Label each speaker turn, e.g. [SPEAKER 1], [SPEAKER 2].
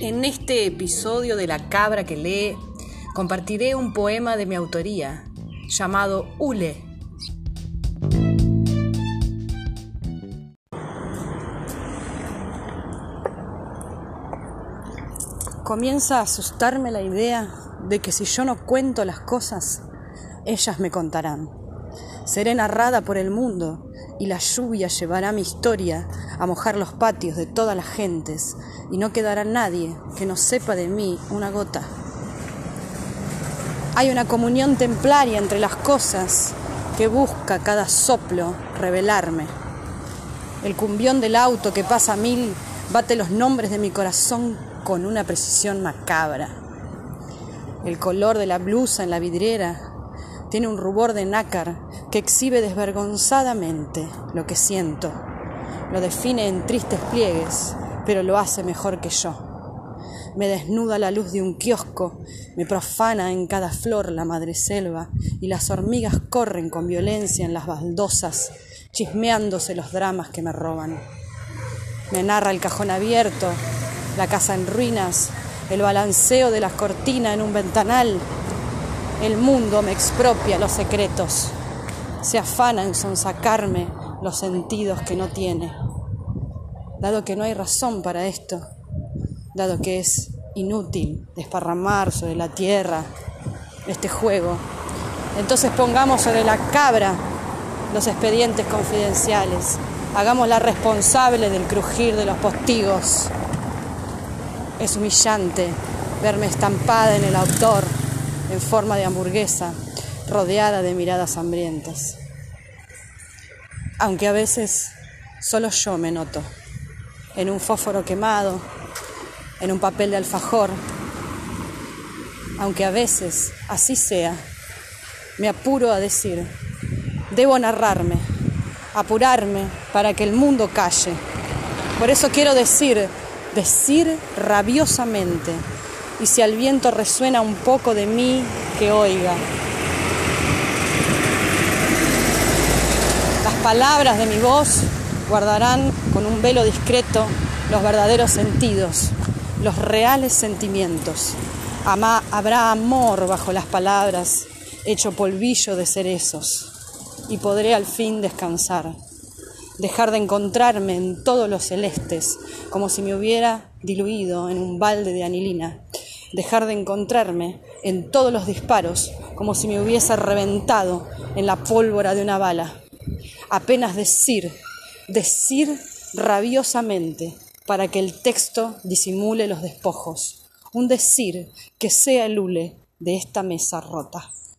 [SPEAKER 1] En este episodio de La Cabra que lee, compartiré un poema de mi autoría, llamado Hule. Comienza a asustarme la idea de que si yo no cuento las cosas, ellas me contarán. Seré narrada por el mundo y la lluvia llevará mi historia a mojar los patios de todas las gentes y no quedará nadie que no sepa de mí una gota. Hay una comunión templaria entre las cosas que busca cada soplo revelarme. El cumbión del auto que pasa a 1000 bate los nombres de mi corazón con una precisión macabra. El color de la blusa en la vidriera tiene un rubor de nácar que exhibe desvergonzadamente lo que siento. Lo define en tristes pliegues, pero lo hace mejor que yo. Me desnuda la luz de un kiosco, me profana en cada flor la madreselva, y las hormigas corren con violencia en las baldosas, chismeándose los dramas que me roban. Me narra el cajón abierto, la casa en ruinas, el balanceo de las cortinas en un ventanal. El mundo me expropia los secretos, se afana en sonsacarme los sentidos que no tiene. Dado que no hay razón para esto, dado que es inútil desparramar sobre la tierra este juego, entonces pongamos sobre la cabra los expedientes confidenciales, hagámosla responsable del crujir de los postigos. Es humillante verme estampada en el autor en forma de hamburguesa, rodeada de miradas hambrientas. Aunque a veces solo yo me noto, en un fósforo quemado, en un papel de alfajor. Aunque a veces, así sea, me apuro a decir, debo narrarme, apurarme para que el mundo calle. Por eso quiero decir rabiosamente, y si al viento resuena un poco de mí, que oiga. Las palabras de mi voz guardarán con un velo discreto los verdaderos sentidos, los reales sentimientos. Habrá amor bajo las palabras, hecho polvillo de cerezos, y podré al fin descansar. Dejar de encontrarme en todos los celestes, como si me hubiera diluido en un balde de anilina. Dejar de encontrarme en todos los disparos, como si me hubiese reventado en la pólvora de una bala. Apenas decir rabiosamente, para que el texto disimule los despojos. Un decir que sea el hule de esta mesa rota.